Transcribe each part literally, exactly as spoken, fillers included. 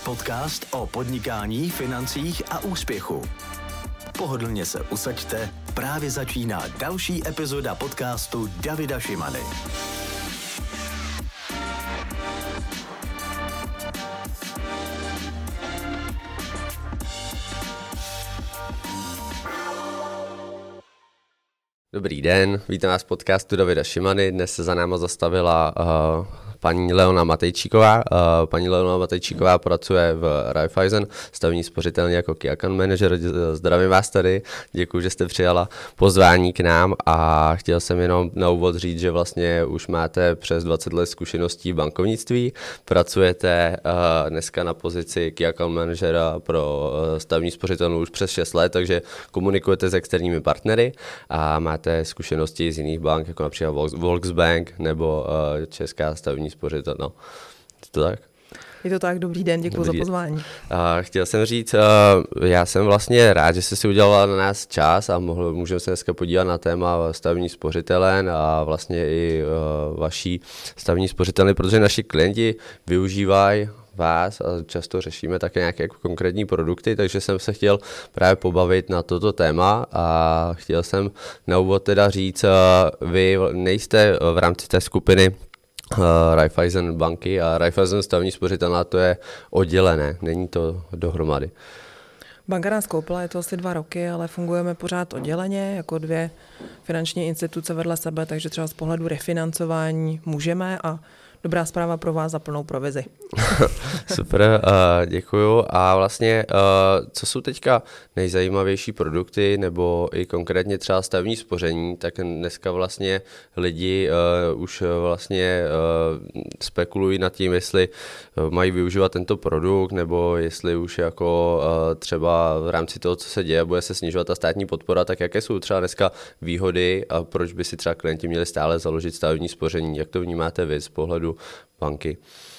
Podcast o podnikání, financích a úspěchu. Pohodlně se usaďte, právě začíná další epizoda podcastu Davida Šimany. Dobrý den, vítám vás v podcastu Davida Šimany. Dnes se za náma zastavila uh, paní Leona Matejčíková. Uh, paní Leona Matejčíková pracuje v Raiffeisen, stavební spořitelně jako Key Account Manager. Zdravím vás tady, děkuji, že jste přijala pozvání k nám a chtěl jsem jenom na úvod říct, že vlastně už máte přes dvacet let zkušeností v bankovnictví. Pracujete uh, dneska na pozici Key Account Managera pro uh, stavební spořitelnu už přes šest let, takže komunikujete s externími partnery a máte zkušenosti z jiných bank, jako například Volksbank nebo uh, Česká stavební spořitelna. Je to tak? Je to tak, dobrý den, děkuji za pozvání. Uh, chtěl jsem říct, uh, já jsem vlastně rád, že jste si udělala na nás čas a mohl, můžeme se dneska podívat na téma stavební spořitelen a vlastně i uh, vaší stavební spořitelny, protože naši klienti využívají vás a často řešíme také nějaké konkrétní produkty, takže jsem se chtěl právě pobavit na toto téma a chtěl jsem na úvod teda říct, vy nejste v rámci té skupiny uh, Raiffeisen banky a Raiffeisen stavební spořitelna, to je oddělené, není to dohromady. Banka nás koupila, je to asi dva roky, ale fungujeme pořád odděleně, jako dvě finanční instituce vedle sebe, takže třeba z pohledu refinancování můžeme a dobrá zpráva pro vás za plnou provizi. Super, uh, děkuju. A vlastně, uh, co jsou teďka nejzajímavější produkty, nebo i konkrétně třeba stavební spoření, tak dneska vlastně lidi uh, už vlastně uh, spekulují nad tím, jestli uh, mají využívat tento produkt, nebo jestli už jako uh, třeba v rámci toho, co se děje, bude se snižovat ta státní podpora, tak jaké jsou třeba dneska výhody a proč by si třeba klienti měli stále založit stavební spoření? Jak to vnímáte vy z pohledu banky?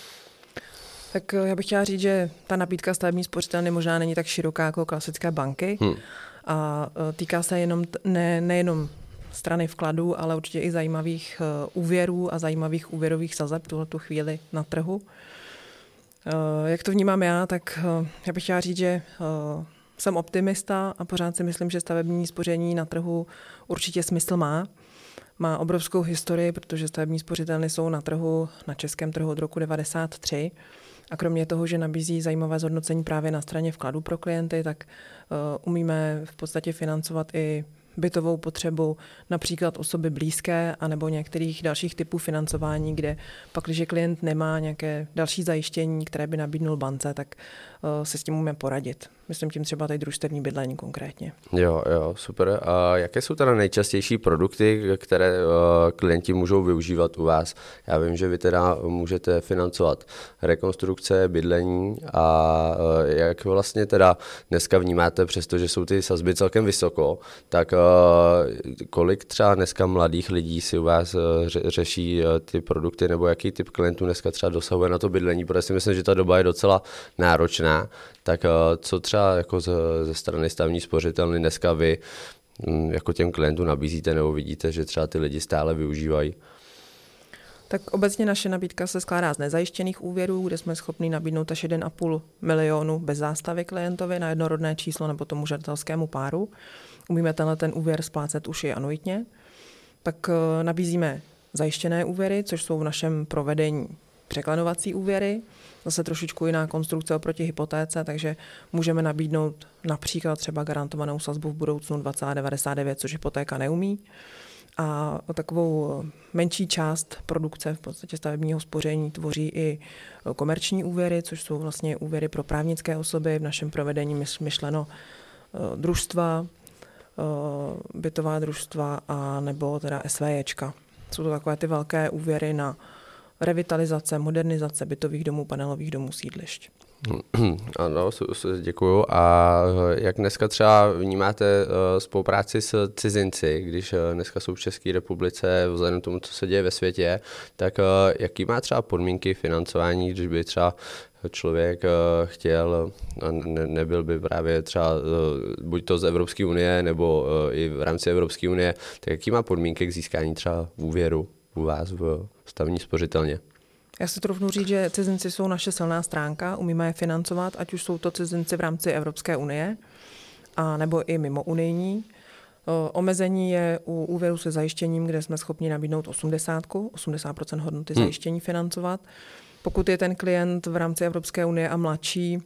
Tak já bych chtěla říct, že ta nabídka stavební spořitelny možná není tak široká jako klasické banky hmm. a týká se jenom ne, nejenom strany vkladů, ale určitě i zajímavých uh, úvěrů a zajímavých úvěrových sazeb v tuhletu chvíli na trhu. Uh, jak to vnímám já, tak uh, já bych chtěla říct, že uh, jsem optimista a pořád si myslím, že stavební spoření na trhu určitě smysl má. Má obrovskou historii, protože stavební spořitelny jsou na trhu, na českém trhu od roku devadesát tři. A kromě toho, že nabízí zajímavé zhodnocení právě na straně vkladů pro klienty, tak uh, umíme v podstatě financovat i bytovou potřebu například osoby blízké anebo některých dalších typů financování, kde pak, když klient nemá nějaké další zajištění, které by nabídnul bance, tak uh, se s tím můžeme poradit. Myslím tím třeba tady družstevní bydlení konkrétně. Jo, jo, super. A jaké jsou teda nejčastější produkty, které uh, klienti můžou využívat u vás? Já vím, že vy teda můžete financovat rekonstrukce, bydlení a uh, jak vlastně teda dneska vnímáte, přestože jsou ty sazby celkem vysoko, tak uh, kolik třeba dneska mladých lidí si u vás uh, ře- řeší uh, ty produkty, nebo jaký typ klientů dneska třeba dosahuje na to bydlení, protože si myslím, že ta doba je docela náročná. Tak uh, co třeba jako ze, ze strany stavební spořitelny dneska vy um, jako těm klientům nabízíte nebo vidíte, že třeba ty lidi stále využívají? Tak obecně naše nabídka se skládá z nezajištěných úvěrů, kde jsme schopni nabídnout až jeden a půl milionu bez zástavy klientovi na jednorodné číslo nebo tomu žadatelskému páru. Umíme tenhle ten úvěr splácet už i anuitně. Pak uh, nabízíme zajištěné úvěry, což jsou v našem provedení překlenovací úvěry, zase trošičku jiná konstrukce oproti hypotéce, takže můžeme nabídnout například třeba garantovanou sazbu v budoucnu dva celá devadesát devět, což hypotéka neumí. A takovou menší část produkce v podstatě stavebního spoření tvoří i komerční úvěry, což jsou vlastně úvěry pro právnické osoby, v našem provedení myšleno družstva, bytová družstva a nebo teda SVJčka. Jsou to takové ty velké úvěry na revitalizace, modernizace bytových domů, panelových domů, sídlišť. Ano, děkuju. A jak dneska třeba vnímáte spolupráci s cizinci, když dneska jsou v České republice, vzhledem k tomu, co se děje ve světě, tak jaký má třeba podmínky financování, když by třeba člověk chtěl a ne, nebyl by právě třeba buď to z Evropské unie nebo i v rámci Evropské unie, tak jaký má podmínky k získání třeba úvěru u vás v stavební spořitelně? Já si troufnu říct, že cizinci jsou naše silná stránka, umíme je financovat, ať už jsou to cizinci v rámci Evropské unie, a nebo i mimo unijní. Omezení je u úvěru se zajištěním, kde jsme schopni nabídnout osmdesát, osmdesát procent hodnoty hmm. zajištění financovat. Pokud je ten klient v rámci Evropské unie a mladší,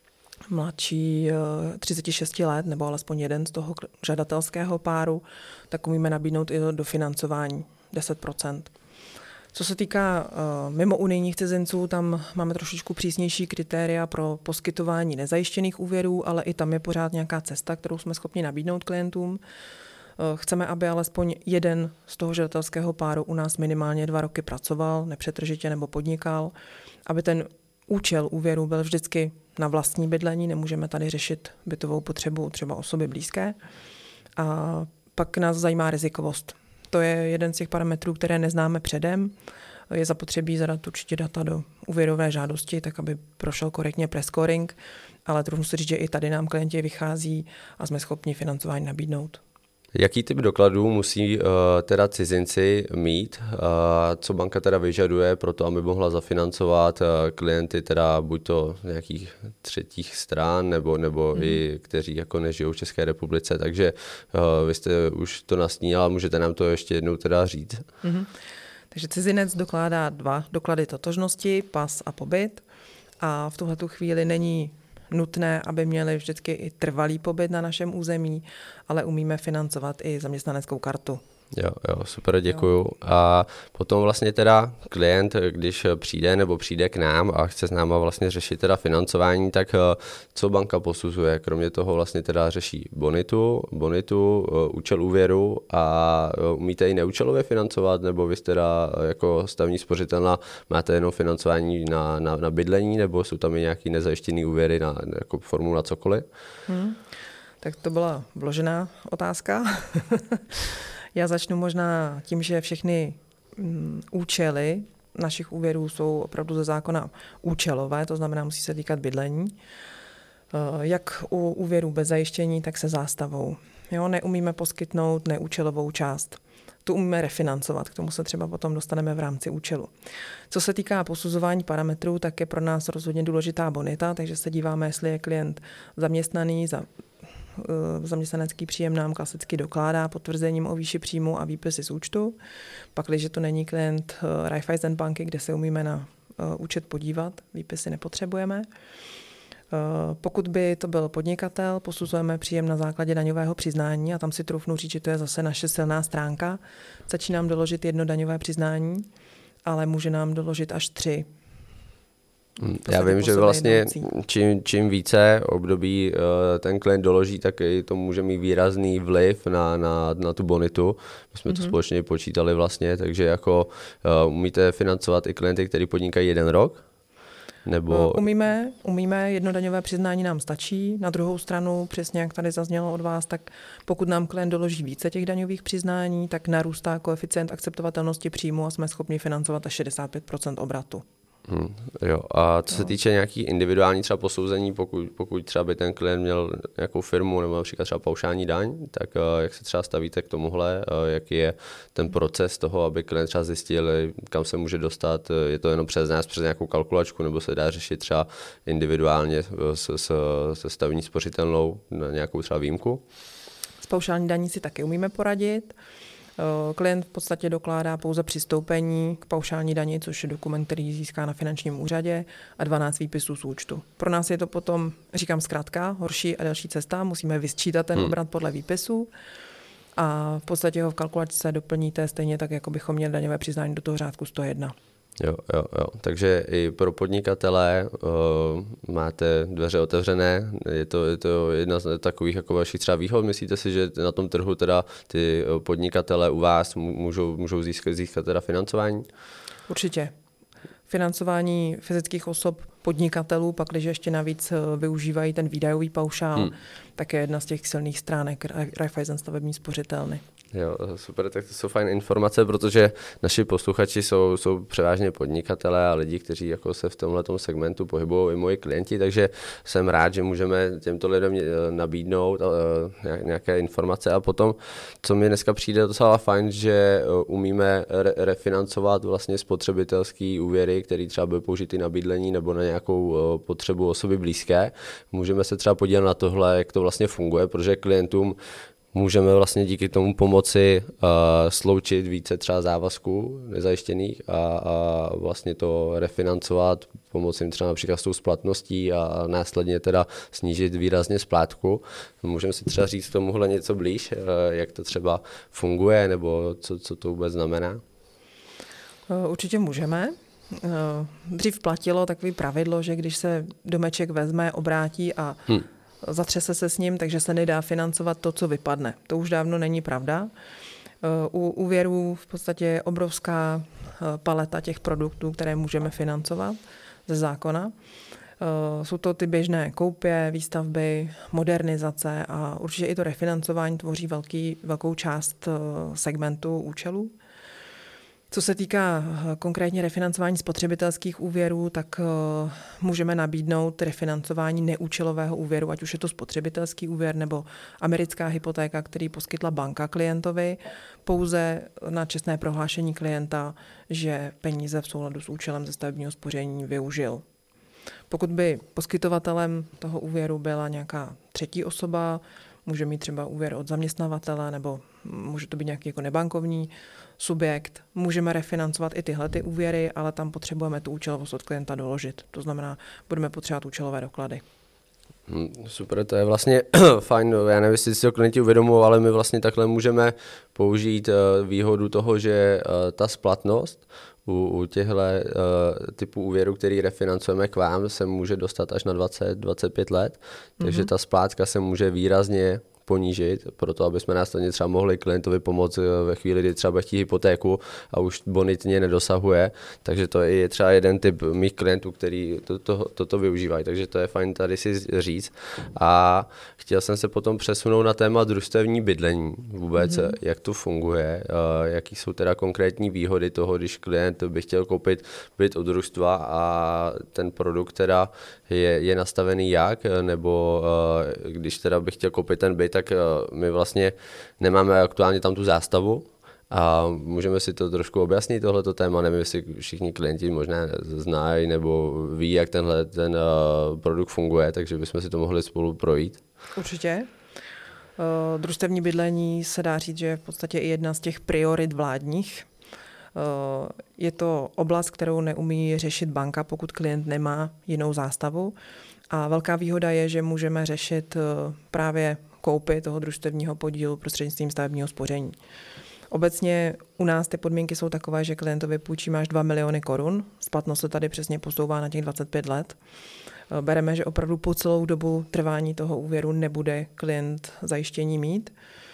mladší třicet šest let, nebo alespoň jeden z toho žadatelského páru, tak umíme nabídnout i do dofinancování deset procent. Co se týká uh, mimo unijních cizinců, tam máme trošičku přísnější kritéria pro poskytování nezajištěných úvěrů, ale i tam je pořád nějaká cesta, kterou jsme schopni nabídnout klientům. Uh, chceme, aby alespoň jeden z toho žadatelského páru u nás minimálně dva roky pracoval, nepřetržitě nebo podnikal, aby ten účel úvěru byl vždycky na vlastní bydlení, nemůžeme tady řešit bytovou potřebu třeba osoby blízké. A pak nás zajímá rizikovost. To je jeden z těch parametrů, které neznáme předem. Je zapotřebí zadat určitě data do úvěrové žádosti, tak aby prošel korektně prescoring, ale trochu si říct, že i tady nám klienti vychází a jsme schopni financování nabídnout. Jaký typ dokladů musí uh, teda cizinci mít? Uh, co banka teda vyžaduje pro to, aby mohla zafinancovat uh, klienty teda buď to nějakých třetích stran, nebo, nebo hmm. i kteří jako nežijou v České republice. Takže uh, vy jste už to nastínila, můžete nám to ještě jednou teda říct? Hmm. Takže cizinec dokládá dva doklady totožnosti, pas a pobyt. A v tuhletu chvíli není nutné, aby měli vždycky i trvalý pobyt na našem území, ale umíme financovat i zaměstnaneckou kartu. Jo, jo, super, děkuju. Jo. A potom vlastně teda klient, když přijde nebo přijde k nám a chce s náma vlastně řešit teda financování, tak co banka posuzuje? Kromě toho vlastně teda řeší bonitu, bonitu, účel úvěru a umíte i neúčelově financovat, nebo vy teda jako stavební spořitelna máte jenom financování na, na, na bydlení, nebo jsou tam i nějaký nezajištěný úvěry na jako formu na cokoliv? Hmm. Tak to byla vložená otázka. Já začnu možná tím, že všechny mm, účely našich úvěrů jsou opravdu ze zákona účelové, to znamená, musí se týkat bydlení. Jak u úvěrů bez zajištění, tak se zástavou. Jo, neumíme poskytnout neúčelovou část. Tu umíme refinancovat, k tomu se třeba potom dostaneme v rámci účelu. Co se týká posuzování parametrů, tak je pro nás rozhodně důležitá bonita, takže se díváme, jestli je klient zaměstnaný, za zaměstnanecký příjem nám klasicky dokládá potvrzením o výši příjmu a výpisy z účtu. Pak, když to není klient Raiffeisen banky, kde se umíme na účet podívat, výpisy nepotřebujeme. Pokud by to byl podnikatel, posuzujeme příjem na základě daňového přiznání a tam si troufnu říct, že to je zase naše silná stránka. Stačí nám doložit jedno daňové přiznání, ale může nám doložit až tři. Já vím, že vlastně čím, čím více období uh, ten klient doloží, tak i to může mít výrazný vliv na, na, na tu bonitu. My jsme mm-hmm. to společně počítali vlastně, takže jako uh, umíte financovat i klienty, kteří podnikají jeden rok? Nebo... Umíme, umíme, jedno daňové přiznání nám stačí. Na druhou stranu, přesně jak tady zaznělo od vás, tak pokud nám klient doloží více těch daňových přiznání, tak narůstá koeficient akceptovatelnosti příjmu a jsme schopni financovat až šedesát pět procent obratu. Hmm, jo. A co se týče nějakých individuální třeba posouzení, pokud, pokud třeba by ten klient měl nějakou firmu nebo například třeba paušální daň, tak uh, jak se třeba stavíte k tomuhle, uh, jaký je ten proces toho, aby klient třeba zjistil, kam se může dostat, je to jenom přes nás, přes nějakou kalkulačku, nebo se dá řešit třeba individuálně se, se, se stavební spořitelnou na nějakou třeba výjimku? S paušální daní si taky umíme poradit. Klient v podstatě dokládá pouze přistoupení k paušální dani, což je dokument, který získá na finančním úřadě, a dvanáct výpisů z účtu. Pro nás je to potom, říkám zkrátka, horší a další cesta. Musíme vysčítat ten hmm. obrat podle výpisů a v podstatě ho v kalkulačce doplníte stejně tak, jako bychom měli daňové přiznání do toho řádku sto jedna. Jo, jo, jo. Takže i pro podnikatele uh, máte dveře otevřené. Je to, je to jedna z takových jako vašich třeba výhod. Myslíte si, že na tom trhu teda ty podnikatele u vás můžou, můžou získat, získat teda financování? Určitě. Financování fyzických osob podnikatelů, pak když ještě navíc využívají ten výdajový paušál, hmm. tak je jedna z těch silných stránek Raiffeisen stavební spořitelny. Jo, super, tak to jsou fajn informace, protože naši posluchači jsou, jsou převážně podnikatelé a lidi, kteří jako se v tomhletom segmentu pohybují, i moji klienti, takže jsem rád, že můžeme těmto lidem nabídnout nějaké informace a potom, co mi dneska přijde docela fajn, že umíme re- refinancovat vlastně spotřebitelský úvěry, který třeba byl použitý na bydlení nebo na nějakou potřebu osoby blízké. Můžeme se třeba podívat na tohle, jak to vlastně funguje, protože klientům můžeme vlastně díky tomu pomoci uh, sloučit více třeba závazků nezajištěných a, a vlastně to refinancovat, pomoci jim třeba například s tou splatností a následně teda snížit výrazně splátku. Můžeme si třeba říct k tomuhle něco blíž, uh, jak to třeba funguje nebo co, co to vůbec znamená? Určitě můžeme. Dřív platilo takové pravidlo, že když se domeček vezme, obrátí a hmm. zatřese se s ním, takže se nedá financovat to, co vypadne. To už dávno není pravda. U úvěrů v podstatě je obrovská paleta těch produktů, které můžeme financovat ze zákona. Jsou to ty běžné koupě, výstavby, modernizace a určitě i to refinancování tvoří velký, velkou část segmentu účelů. Co se týká konkrétně refinancování spotřebitelských úvěrů, tak můžeme nabídnout refinancování neúčelového úvěru, ať už je to spotřebitelský úvěr nebo americká hypotéka, který poskytla banka klientovi, pouze na čestné prohlášení klienta, že peníze v souladu s účelem ze stavebního spoření využil. Pokud by poskytovatelem toho úvěru byla nějaká třetí osoba, může mít třeba úvěr od zaměstnavatele nebo může to být nějaký jako nebankovní subjekt. Můžeme refinancovat i tyhle ty úvěry, ale tam potřebujeme tu účelovost od klienta doložit. To znamená, budeme potřebovat účelové doklady. Super, to je vlastně fajn. Já nevím, jestli si to klienti uvědomují, ale my vlastně takhle můžeme použít výhodu toho, že ta splatnost u, u těchto typů úvěru, který refinancujeme k vám, se může dostat až na dvacet až dvacet pět let, takže mm-hmm. ta splátka se může výrazně ponížit, proto aby jsme následně třeba mohli klientovi pomoct ve chvíli, kdy třeba chtít hypotéku a už bonitně nedosahuje, takže to je třeba jeden typ mých klientů, který to, to, toto využívají, takže to je fajn tady si říct. A chtěl jsem se potom přesunout na téma družstevní bydlení vůbec, mm-hmm. jak to funguje, jaký jsou teda konkrétní výhody toho, když klient by chtěl koupit byt od družstva a ten produkt teda je, je nastavený jak, nebo když teda bych chtěl koupit ten byt, tak my vlastně nemáme aktuálně tam tu zástavu a můžeme si to trošku objasnit, tohleto téma, nevím, jestli všichni klienti možná znají nebo ví, jak tenhle ten produkt funguje, takže bychom si to mohli spolu projít. Určitě. Uh, družstevní bydlení se dá říct, že je v podstatě i jedna z těch priorit vládních. Uh, je to oblast, kterou neumí řešit banka, pokud klient nemá jinou zástavu. A velká výhoda je, že můžeme řešit uh, právě koupy toho družstevního podílu prostřednictvím stavebního spoření. Obecně u nás ty podmínky jsou takové, že klientovi půjčíme až dva miliony korun. Splatnost se tady přesně posouvá na těch dvacet pět let. Bereme, že opravdu po celou dobu trvání toho úvěru nebude klient zajištění mít.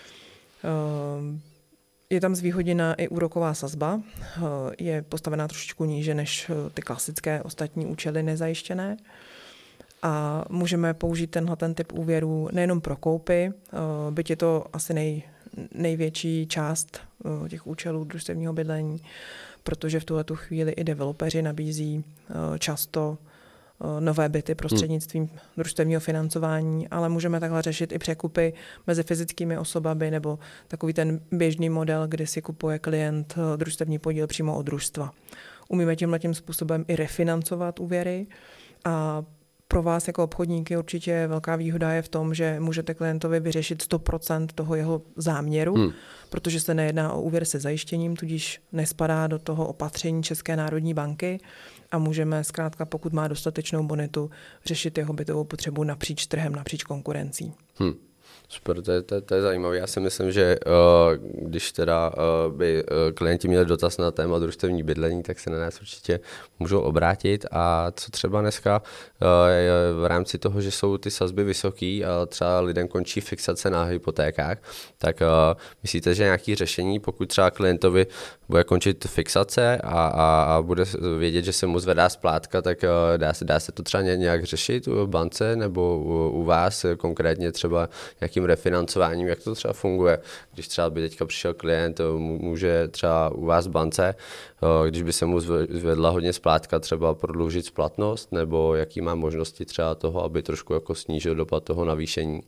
Je tam zvýhodněná i úroková sazba. Je postavená trošičku níže než ty klasické ostatní účely nezajištěné. A můžeme použít tenhle ten typ úvěru nejenom pro koupy, byť je to asi nej, největší část těch účelů družstevního bydlení, protože v tuhletu chvíli i developeři nabízí často nové byty prostřednictvím hmm. družstevního financování, ale můžeme takhle řešit i překupy mezi fyzickými osobami nebo takový ten běžný model, kdy si kupuje klient družstevní podíl přímo od družstva. Umíme tímhletím způsobem i refinancovat úvěry a pro vás jako obchodníky určitě velká výhoda je v tom, že můžete klientovi vyřešit sto procent toho jeho záměru, hmm. protože se nejedná o úvěr se zajištěním, tudíž nespadá do toho opatření České národní banky a můžeme zkrátka, pokud má dostatečnou bonitu, řešit jeho bytovou potřebu napříč trhem, napříč konkurencí. Hmm. Super, to je, to, je, to je zajímavé. Já si myslím, že uh, když teda uh, by uh, klienti měli dotaz na téma družstevní bydlení, tak se na nás určitě můžou obrátit. A co třeba dneska uh, v rámci toho, že jsou ty sazby vysoký a třeba lidem končí fixace na hypotékách, tak uh, myslíte, že nějaké řešení, pokud třeba klientovi bude končit fixace a, a, a bude vědět, že se mu zvedá splátka, tak uh, dá, se, dá se to třeba nějak řešit v bance nebo u, u vás konkrétně třeba nějakým refinancováním, jak to třeba funguje, když třeba by teďka přišel klient, může třeba u vás v bance, když by se mu zvedla hodně splátka, třeba prodloužit splatnost, nebo jaký má možnosti třeba toho, aby trošku jako snížil dopad toho navýšení?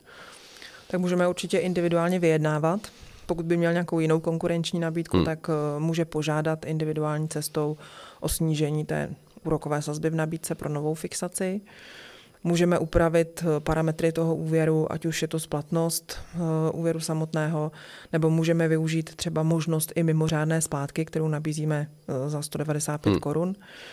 Tak můžeme určitě individuálně vyjednávat. Pokud by měl nějakou jinou konkurenční nabídku, hmm. tak může požádat individuální cestou o snížení té úrokové sazby v nabídce pro novou fixaci. Můžeme upravit parametry toho úvěru, ať už je to splatnost uh, úvěru samotného, nebo můžeme využít třeba možnost i mimořádné splátky, kterou nabízíme uh, za sto devadesát pět hmm. korun.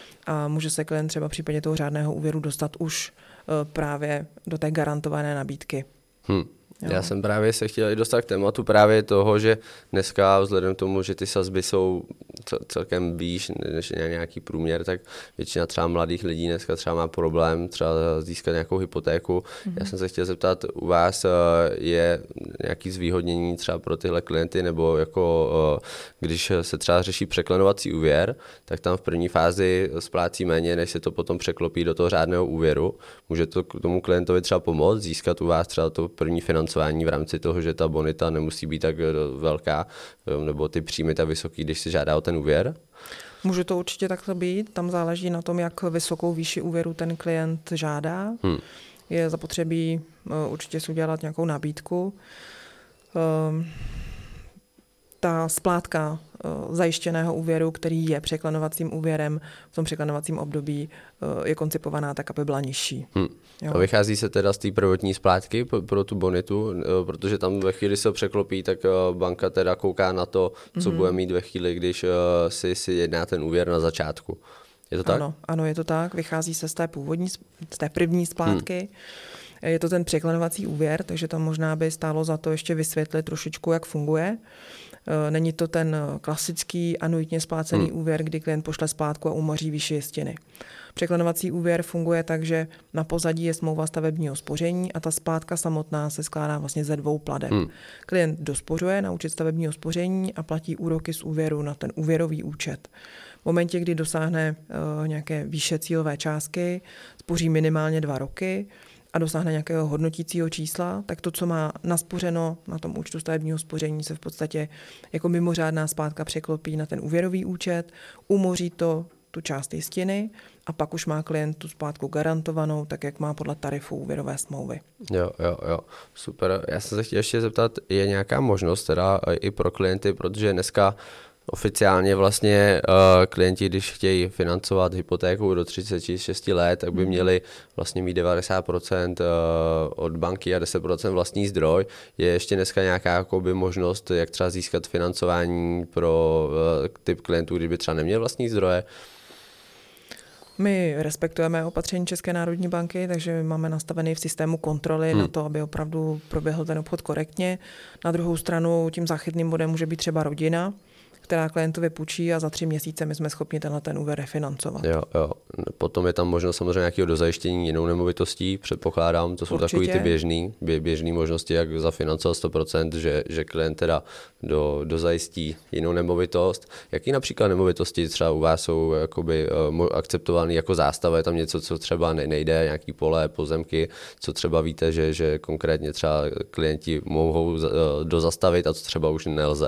A může se klient třeba v případě toho řádného úvěru dostat už uh, právě do té garantované nabídky. Hmm. Já jsem právě se chtěl i dostat k tématu právě toho, že dneska vzhledem k tomu, že ty sazby jsou celkem výš než nějaký průměr, tak většina třeba mladých lidí dneska třeba má problém třeba získat nějakou hypotéku. Mm-hmm. Já jsem se chtěl zeptat, u vás je nějaké zvýhodnění třeba pro tyhle klienty, nebo jako když se třeba řeší překlenovací úvěr, tak tam v první fázi splácí méně, než se to potom překlopí do toho řádného úvěru. Může to k tomu klientovi třeba pomoct, získat u vás třeba to první financování v rámci toho, že ta bonita nemusí být tak velká, nebo ty příjmy tak vysoký, když si žádá o ten úvěr? Může to určitě takhle být, tam záleží na tom, jak vysokou výši úvěru ten klient žádá. Hmm. Je zapotřebí uh, určitě si udělat nějakou nabídku. Uh, ta splátka uh, zajištěného úvěru, který je překlenovacím úvěrem, v tom překlenovacím období uh, je koncipovaná tak, aby byla nižší. Hmm. A vychází se teda z té prvotní splátky pro tu bonitu, protože tam ve chvíli se překlopí, tak banka teda kouká na to, co mm-hmm. bude mít ve chvíli, když si, si jedná ten úvěr na začátku. Je to tak? Ano, ano, je to tak. Vychází se z té původní, z té první splátky. Hmm. Je to ten překlenovací úvěr, takže tam možná by stálo za to ještě vysvětlit trošičku, jak funguje. Není to ten klasický anuitně splácený hmm. úvěr, kdy klient pošle splátku a umoří výši jistiny. Překlenovací úvěr funguje tak, že na pozadí je smlouva stavebního spoření a ta splátka samotná se skládá vlastně ze dvou plateb. Hmm. Klient dospořuje na účet stavebního spoření a platí úroky z úvěru na ten úvěrový účet. V momentě, kdy dosáhne uh, nějaké výše cílové částky, spoří minimálně dva roky a dosáhne nějakého hodnotícího čísla, tak to, co má naspořeno na tom účtu stavebního spoření, se v podstatě jako mimořádná splátka překlopí na ten úvěrový účet, umoří to tu část jistiny a pak už má klient tu splátku garantovanou, tak jak má podle tarifu úvěrové smlouvy. Jo, jo, jo, super. Já jsem se chtěl ještě zeptat, je nějaká možnost teda i pro klienty, protože dneska oficiálně vlastně uh, klienti, když chtějí financovat hypotéku do třicet šest let, tak by měli vlastně mít devadesát procent uh, od banky a deset procent vlastní zdroj. Je ještě dneska nějaká jakoby možnost, jak třeba získat financování pro uh, typ klientů, kdyby třeba neměl vlastní zdroje? My respektujeme opatření České národní banky, takže máme nastavený v systému kontroly hmm. na to, aby opravdu proběhl ten obchod korektně. Na druhou stranu tím záchytným bodem může být třeba rodina, která klientovi půjčí a za tři měsíce my jsme schopni tenhle ten úvěr refinancovat. Jo, jo. Potom je tam možnost samozřejmě nějakého dozajištění jinou nemovitostí, předpokládám, to jsou Určitě. Takový ty běžný, bě, běžný možnosti, jak zafinancovat sto procent, že, že klient teda do, dozajistí jinou nemovitost. Jaký například nemovitosti třeba u vás jsou jakoby uh, akceptované jako zástava? Je tam něco, co třeba nejde, nějaký pole, pozemky, co třeba víte, že, že konkrétně třeba klienti mohou uh, dozastavit a co třeba už nelze?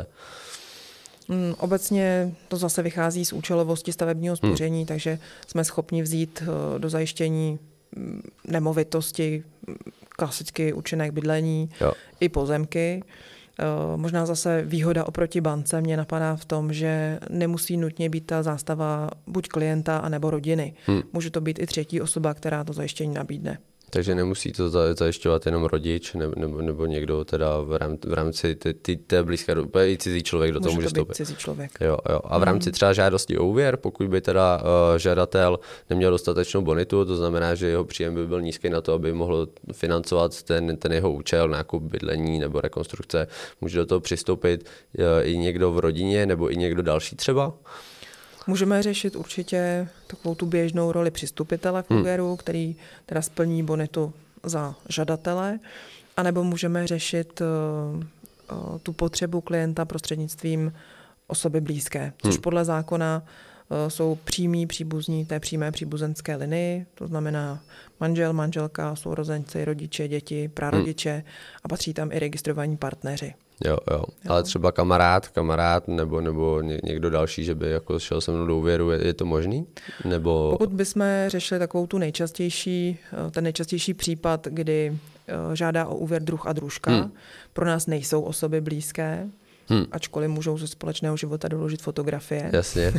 Obecně to zase vychází z účelovosti stavebního spoření, hmm. takže jsme schopni vzít do zajištění nemovitosti, klasicky účinek bydlení, jo. i pozemky. Možná zase výhoda oproti bance mě napadá v tom, že nemusí nutně být ta zástava buď klienta, anebo rodiny. Hmm. Může to být i třetí osoba, která to zajištění nabídne. Takže nemusí to zajišťovat jenom rodič nebo, nebo, nebo někdo teda v rámci, v rámci ty, ty, té blízké, i cizí člověk do toho může vstoupit. Cizí člověk. Jo, jo. A v rámci třeba žádosti o úvěr, pokud by teda uh, žadatel neměl dostatečnou bonitu, to znamená, že jeho příjem by byl nízký na to, aby mohl financovat ten, ten jeho účel, nákup bydlení nebo rekonstrukce, může do toho přistoupit uh, i někdo v rodině nebo i někdo další třeba? Můžeme řešit určitě takovou tu běžnou roli přistupitele k úvěru, hmm. který teda splní bonitu za žadatele, anebo můžeme řešit uh, uh, tu potřebu klienta prostřednictvím osoby blízké, což hmm. podle zákona uh, jsou přímí příbuzní té přímé příbuzenské linii, to znamená manžel, manželka, sourozenci, rodiče, děti, prarodiče hmm. a patří tam i registrovaní partneři. Jo, jo, jo, ale třeba kamarád, kamarád nebo, nebo někdo další, že by jako šel se mnou do úvěru, je, je to možný? Nebo... Pokud bychom řešili takovou tu nejčastější, ten nejčastější případ, kdy žádá o úvěr druh a družka, hmm. pro nás nejsou osoby blízké, Hmm. ačkoliv můžou ze společného života doložit fotografie. Jasně.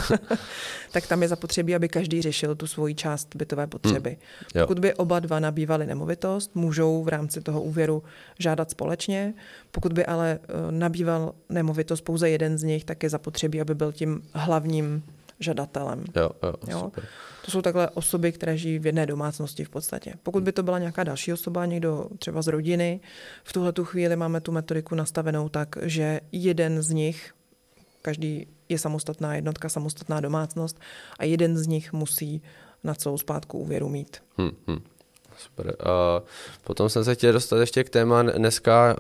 Tak tam je zapotřebí, aby každý řešil tu svoji část bytové potřeby. Hmm. Pokud by oba dva nabývali nemovitost, můžou v rámci toho úvěru žádat společně. Pokud by ale nabýval nemovitost pouze jeden z nich, tak je zapotřebí, aby byl tím hlavním žadatelem. Jo, jo, jo? Super. To jsou takhle osoby, které žijí v jedné domácnosti v podstatě. Pokud by to byla nějaká další osoba, někdo třeba z rodiny, v tuhletu chvíli máme tu metodiku nastavenou tak, že jeden z nich, každý je samostatná jednotka, samostatná domácnost a jeden z nich musí na celou splátku úvěru mít. Hmm, hmm. Super. Uh, potom jsem se chtěl dostat ještě k téma dneska uh,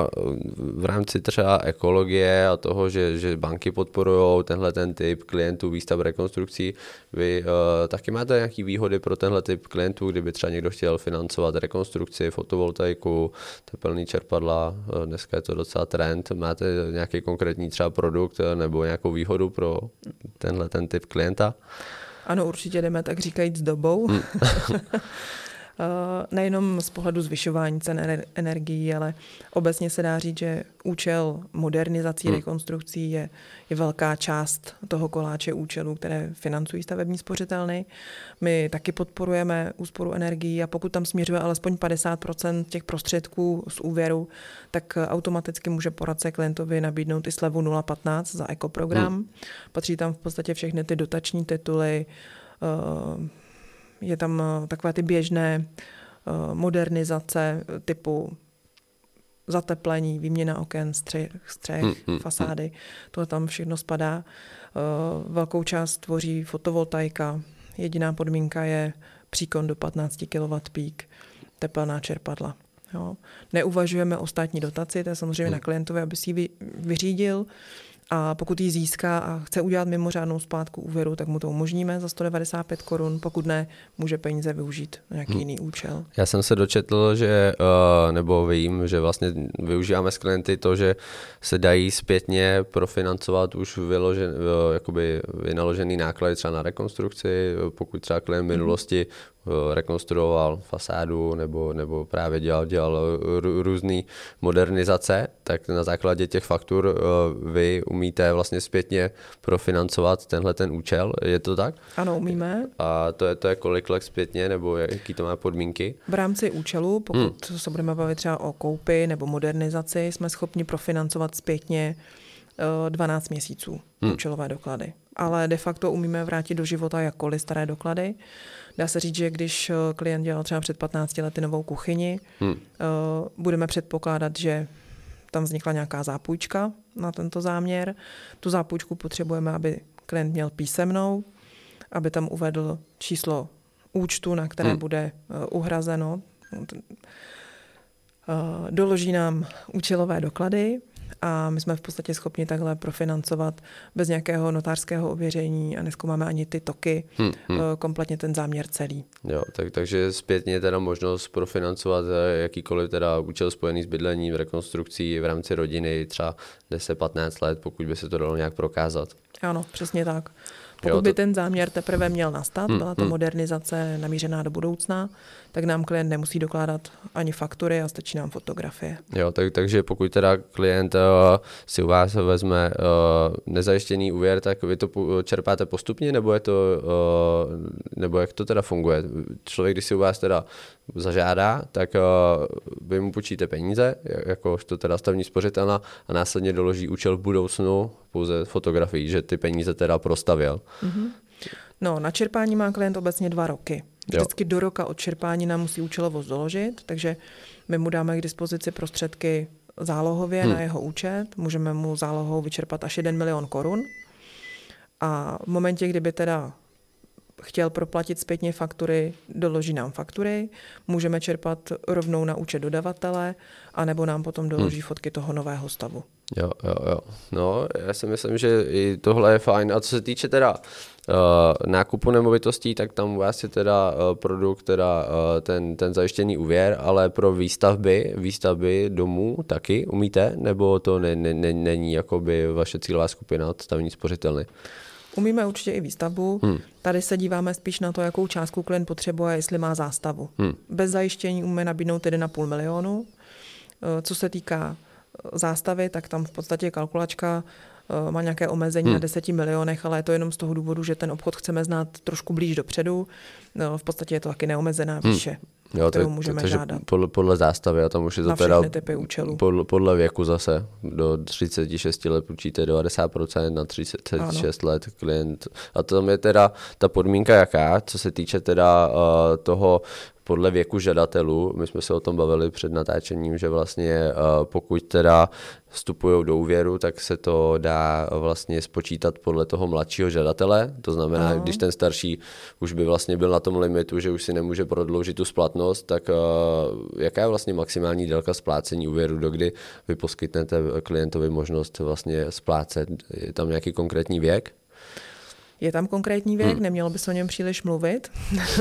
v rámci třeba ekologie a toho, že, že banky podporují tenhle ten typ klientů výstav rekonstrukcí. Vy uh, taky máte nějaké výhody pro tenhle typ klientů, kdyby třeba někdo chtěl financovat rekonstrukci, fotovoltaiku, tepelný čerpadla, uh, dneska je to docela trend. Máte nějaký konkrétní třeba produkt nebo nějakou výhodu pro tenhle ten typ klienta? Ano, určitě jdeme tak říkajíc s dobou. Hmm. Nejenom z pohledu zvyšování cen energií, ale obecně se dá říct, že účel modernizací, hmm. rekonstrukcí je, je velká část toho koláče účelů, které financují stavební spořitelny. My taky podporujeme úsporu energií a pokud tam směřuje alespoň padesát procent těch prostředků z úvěru, tak automaticky může poradce klientovi nabídnout i slevu nula patnáct za ekoprogram. Hmm. Patří tam v podstatě všechny ty dotační tituly, uh, je tam takové ty běžné modernizace typu zateplení, výměna oken, střech, střech hmm, hmm, fasády. Hmm. Tohle tam všechno spadá. Velkou část tvoří fotovoltaika. Jediná podmínka je příkon do patnáct kilowattů pík, tepelná čerpadla. Jo. Neuvažujeme o státní dotaci, to je samozřejmě hmm. na klientovi, aby si ji vyřídil. A pokud ji získá a chce udělat mimořádnou splátku úvěru, tak mu to umožníme za sto devadesát pět korun. Pokud ne, může peníze využít na nějaký hmm. jiný účel. Já jsem se dočetl, že, nebo vím, že vlastně využíváme s klienty to, že se dají zpětně profinancovat už vyložen, jakoby vynaložený náklady třeba na rekonstrukci, pokud třeba klient v minulosti rekonstruoval fasádu nebo, nebo právě dělal, dělal různé modernizace, tak na základě těch faktur vy umíte vlastně zpětně profinancovat tenhle ten účel. Je to tak? Ano, umíme. A to je, to je kolik let zpětně, nebo jaký to má podmínky? V rámci účelu, pokud hmm. se budeme bavit třeba o koupi nebo modernizaci, jsme schopni profinancovat zpětně dvanáct měsíců hmm. účelové doklady. Ale de facto umíme vrátit do života jakkoliv staré doklady. Dá se říct, že když klient dělal třeba před patnácti lety novou kuchyni, hmm. budeme předpokládat, že tam vznikla nějaká zápůjčka na tento záměr. Tu zápůjčku potřebujeme, aby klient měl písemnou, aby tam uvedl číslo účtu, na které hmm. bude uhrazeno. Doloží nám účelové doklady a my jsme v podstatě schopni takhle profinancovat bez nějakého notářského ověření a nezkoumáme ani ty toky, hmm, hmm. kompletně ten záměr celý. Jo, tak, takže zpětně teda možnost profinancovat jakýkoliv teda účel spojený s bydlením, rekonstrukcí v rámci rodiny třeba deset patnáct let, pokud by se to dalo nějak prokázat. Ano, přesně tak. Pokud jo, to... by ten záměr teprve měl nastat, hmm, byla to hmm. modernizace namířená do budoucna, tak nám klient nemusí dokládat ani faktury a stačí nám fotografie. Jo, tak, takže pokud teda klient uh, si u vás vezme uh, nezajištěný úvěr, tak vy to čerpáte postupně, nebo je to, uh, nebo jak to teda funguje? Člověk, když si u vás teda zažádá, tak uh, vy mu půjčíte peníze, jakožto teda stavební spořitelna a následně doloží účel v budoucnu pouze fotografií, že ty peníze teda prostavil. Mm-hmm. No, na čerpání má klient obecně dva roky. Vždycky jo. do roka od čerpání nám musí účelovost doložit, takže my mu dáme k dispozici prostředky zálohově hmm. na jeho účet, můžeme mu zálohou vyčerpat až jeden milion korun a v momentě, kdyby teda chtěl proplatit zpětně faktury, doloží nám faktury, můžeme čerpat rovnou na účet dodavatele, anebo nám potom doloží hmm. fotky toho nového stavu. Jo, jo, jo. No, já si myslím, že i tohle je fajn. A co se týče teda uh, nákupu nemovitostí, tak tam u vás je teda uh, produkt, teda uh, ten, ten zajištěný úvěr, ale pro výstavby, výstavby domů taky umíte? Nebo to ne, ne, ne, není jakoby vaše cílová skupina od stavební spořitelny? Umíme určitě i výstavbu. Hmm. Tady se díváme spíš na to, jakou částku klient potřebuje, jestli má zástavu. Hmm. Bez zajištění umíme nabídnout jeden a půl milionu. Co se týká zástavy, tak tam v podstatě kalkulačka má nějaké omezení hmm. na deseti milionech, ale je to jenom z toho důvodu, že ten obchod chceme znát trošku blíž dopředu. No, v podstatě je to taky neomezená výše, hmm. jo, kterou tak, můžeme takže žádat. Podle, podle zástavy, a tam už je to na teda typy účelů. Podle, podle věku zase. Do třicet šest let určitě devadesát procent, na třicet šest ano. let klient. A tam je teda ta podmínka jaká, co se týče teda uh, toho podle věku žadatelů. My jsme se o tom bavili před natáčením, že vlastně uh, pokud teda vstupují do úvěru, tak se to dá vlastně spočítat podle toho mladšího žadatele. To znamená, Aha. když ten starší už by vlastně byl na tom limitu, že už si nemůže prodloužit tu splatnost, tak uh, jaká je vlastně maximální délka splácení úvěru, dokdy vy poskytnete klientovi možnost vlastně splácet? Je tam nějaký konkrétní věk? Je tam konkrétní věk, hmm. nemělo by se o něm příliš mluvit.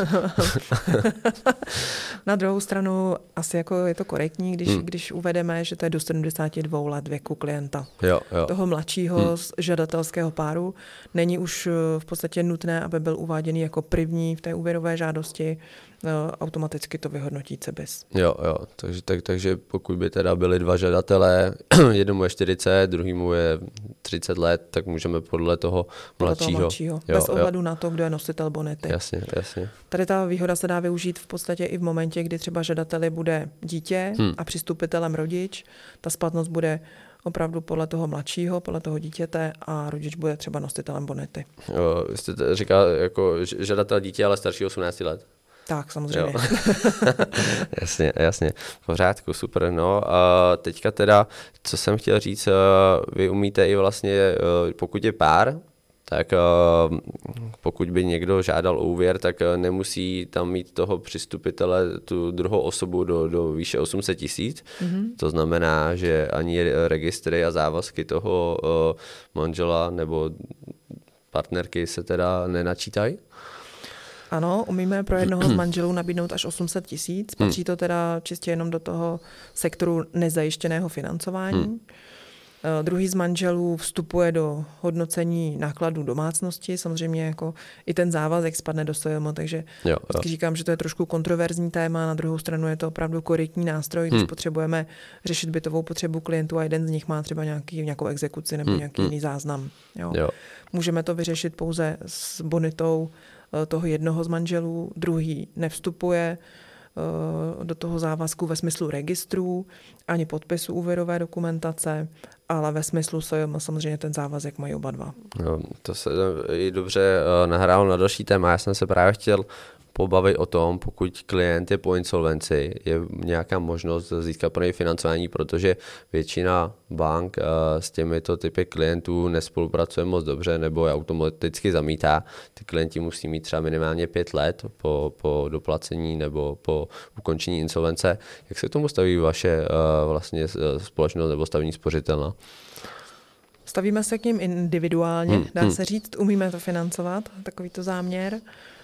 Na druhou stranu asi jako je to korektní, když, hmm. když uvedeme, že to je do sedmdesáti dvou let věku klienta. Jo, jo. Toho mladšího hmm. žadatelského páru není už v podstatě nutné, aby byl uváděný jako první v té úvěrové žádosti. Automaticky to vyhodnotí C E B I S. Jo, jo. Takže, tak, takže pokud by teda byli dva žadatelé, jednomu je čtyřicet, druhýmu je třicet let, tak můžeme podle toho podle mladšího. Toho mladšího. Jo, bez ohledu jo. na to, kdo je nositel bonity. Jasně, jasně. Tady ta výhoda se dá využít v podstatě i v momentě, kdy třeba žadateli bude dítě hmm. a přistupitelem rodič. Ta splatnost bude opravdu podle toho mladšího, podle toho dítěte a rodič bude třeba nositelem bonity. Jo, jste říkal jako žadatel dítě, ale starší osmnácti let? Tak, samozřejmě. jasně, jasně. V pořádku, super. No a teďka teda, co jsem chtěl říct, vy umíte i vlastně, pokud je pár, tak pokud by někdo žádal o úvěr, tak nemusí tam mít toho přistupitele, tu druhou osobu do, do výše osm set tisíc. Mm-hmm. To znamená, že ani registry a závazky toho manžela nebo partnerky se teda nenačítají? Ano, umíme pro jednoho z manželů nabídnout až osm set tisíc. Patří to teda čistě jenom do toho sektoru nezajištěného financování. Hmm. Uh, druhý z manželů vstupuje do hodnocení nákladů domácnosti. Samozřejmě jako i ten závazek spadne do S J M, takže jo, jo. říkám, že to je trošku kontroverzní téma. Na druhou stranu je to opravdu korektní nástroj, když hmm. potřebujeme řešit bytovou potřebu klientů a jeden z nich má třeba nějaký, nějakou exekuci nebo hmm. nějaký hmm. jiný záznam. Jo. Jo. Můžeme to vyřešit pouze s bonitou toho jednoho z manželů, druhý nevstupuje do toho závazku ve smyslu registrů, ani podpisu úvěrové dokumentace, ale ve smyslu S J M samozřejmě ten závazek mají oba dva. No, to se i dobře nahrálo na další téma. Já jsem se právě chtěl pobavit o tom, pokud klient je po insolvenci, je nějaká možnost získat pro něj financování, protože většina bank uh, s těmito typy klientů nespolupracuje moc dobře nebo je automaticky zamítá. Ty klienti musí mít třeba minimálně pět let po, po doplacení nebo po ukončení insolvence. Jak se k tomu staví vaše uh, vlastně společnost nebo stavební spořitelna? Stavíme se k nim individuálně, hmm, dá hmm. se říct, umíme to financovat, takovýto záměr.